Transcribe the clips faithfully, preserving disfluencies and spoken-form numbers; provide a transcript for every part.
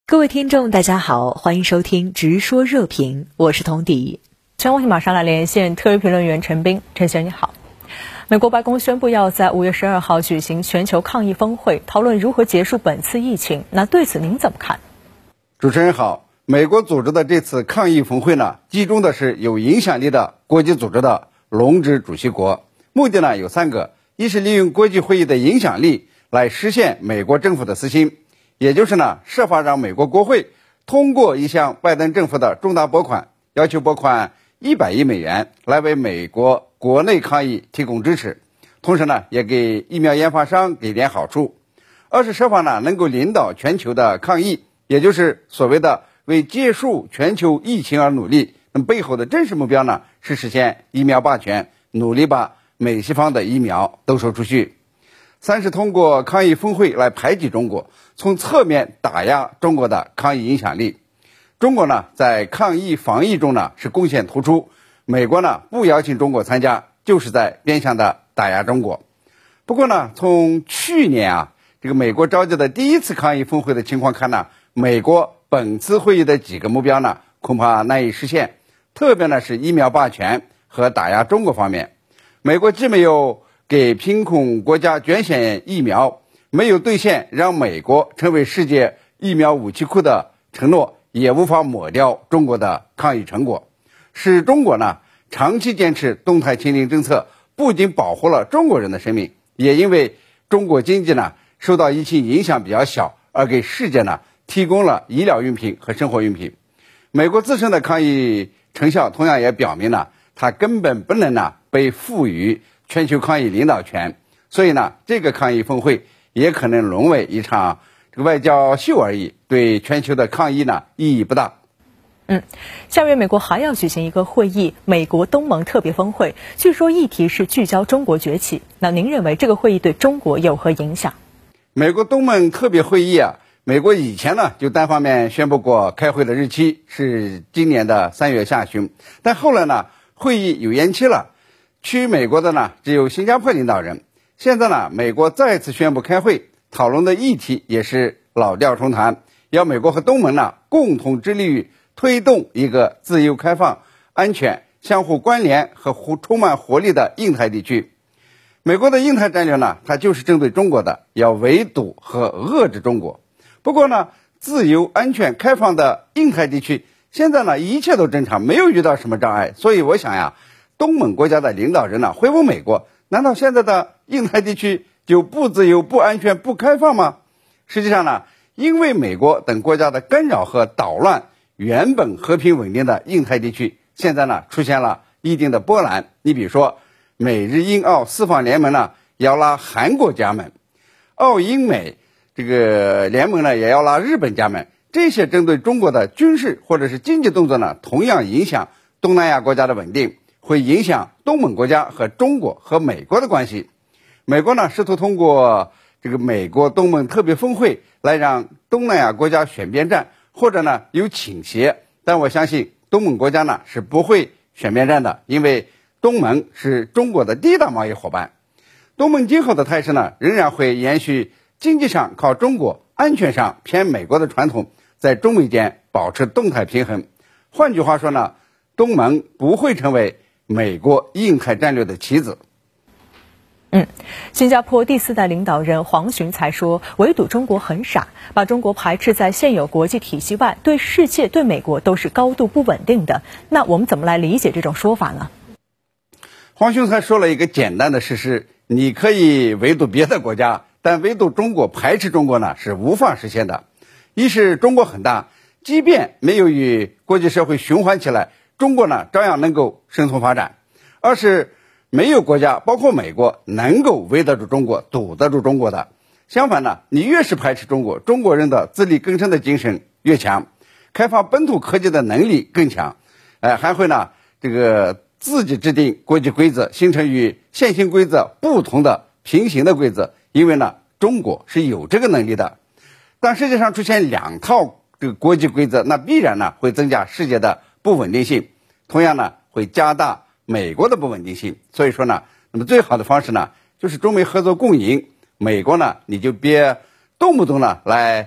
各位听众大家好，欢迎收听直说热评，我是童迪。全网马上来连线特约评论员陈斌。陈先生你好。美国白宫宣布要在五月十二号举行全球抗疫峰会，讨论如何结束本次疫情，那对此您怎么看？ 主持人好。美国组织的这次抗疫峰会呢，集中的是有影响力的国际组织的轮值主席国，目的呢有三个：一是利用国际会议的影响力来实现美国政府的私心，也就是呢设法让美国国会通过一项拜登政府的重大拨款，要求拨款一百亿美元来为美国国内抗疫提供支持，同时呢也给疫苗研发商给点好处。二是设法呢能够领导全球的抗疫，也就是所谓的为结束全球疫情而努力，那么背后的真实目标呢是实现疫苗霸权，努力把美西方的疫苗都售出去。三是通过抗疫峰会来排挤中国，从侧面打压中国的抗疫影响力。中国呢在抗疫防疫中呢是贡献突出，美国呢不邀请中国参加，就是在变相的打压中国。不过呢从去年啊这个美国召集的第一次抗疫峰会的情况看呢，美国本次会议的几个目标呢恐怕难以实现，特别呢是疫苗霸权和打压中国方面。美国既没有给贫困国家捐献疫苗，没有兑现让美国成为世界疫苗武器库的承诺，也无法抹掉中国的抗疫成果，使中国呢长期坚持动态清零政策，不仅保护了中国人的生命，也因为中国经济呢受到疫情影响比较小，而给世界呢提供了医疗用品和生活用品。美国自身的抗疫成效同样也表明了它根本不能呢被赋予全球抗疫领导权，所以呢这个抗疫峰会也可能沦为一场这个外交秀而已，对全球的抗疫呢意义不大。 嗯，下月美国还要举行一个会议，美国东盟特别峰会，据说议题是聚焦中国崛起。那您认为这个会议对中国有何影响？ 美国东盟特别会议啊，美国以前呢就单方面宣布过开会的日期是今年的三月下旬，但后来呢会议有延期了，去美国的呢只有新加坡领导人。现在呢美国再次宣布开会，讨论的议题也是老调重弹，要美国和东盟呢共同致力于推动一个自由开放、安全、相互关联和充满活力的印太地区。美国的印太战略呢它就是针对中国的，要围堵和遏制中国。不过呢自由、安全、开放的印太地区现在呢一切都正常，没有遇到什么障碍，所以我想呀东盟国家的领导人呢回复美国，难道现在的印太地区就不自由、不安全、不开放吗？实际上呢因为美国等国家的干扰和捣乱，原本和平稳定的印太地区现在呢出现了一定的波澜。你比如说美日英澳四方联盟呢要拉韩国家门，澳英美这个联盟呢也要拉日本家门，这些针对中国的军事或者是经济动作呢同样影响东南亚国家的稳定，会影响东盟国家和中国和美国的关系。美国呢试图通过这个美国东盟特别峰会来让东南亚国家选边站，或者呢有倾斜，但我相信东盟国家呢是不会选边站的，因为东盟是中国的第一大贸易伙伴。东盟今后的态势呢仍然会延续经济上靠中国，安全上偏美国的传统，在中美间保持动态平衡。换句话说呢，东盟不会成为美国印太战略的棋子。 嗯，新加坡第四代领导人黄循才说，围堵中国很傻，把中国排斥在现有国际体系外，对世界对美国都是高度不稳定的。那我们怎么来理解这种说法呢？ 黄循才说了一个简单的事实，你可以围堵别的国家，但围堵中国、排斥中国呢是无法实现的。一是中国很大，即便没有与国际社会循环起来，中国呢照样能够生存发展。二是没有国家包括美国能够围得住中国、堵得住中国的。相反呢，你越是排斥中国，中国人的自力更生的精神越强，开发本土科技的能力更强，呃，还会呢这个自己制定国际规则，形成与现行规则不同的平行的规则，因为呢中国是有这个能力的。当世界上出现两套这个国际规则，那必然呢会增加世界的不稳定性，同样呢会加大美国的不稳定性。所以说呢，那么最好的方式呢就是中美合作共赢，美国呢你就别动不动呢来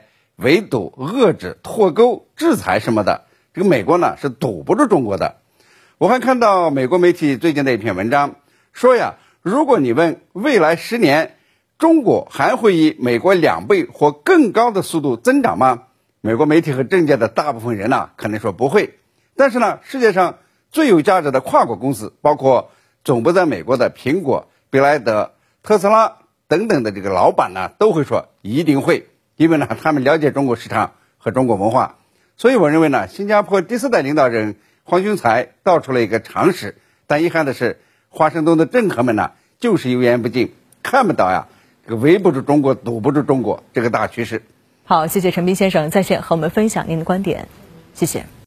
围堵、遏制、脱钩、制裁什么的，这个美国呢是堵不住中国的。我还看到美国媒体最近的一篇文章说呀，如果你问未来十年中国还会以美国两倍或更高的速度增长吗？美国媒体和政界的大部分人呢肯定说不会。但是呢，世界上最有价值的跨国公司，包括总部在美国的苹果、贝莱德、特斯拉等等的这个老板呢，都会说一定会，因为呢他们了解中国市场和中国文化。所以我认为呢，新加坡第四代领导人黄循财道出了一个常识，但遗憾的是，华盛顿的政客们呢就是油盐不进，看不到呀这个围不住中国、堵不住中国这个大趋势。 好，谢谢陈斌先生在线和我们分享您的观点，谢谢。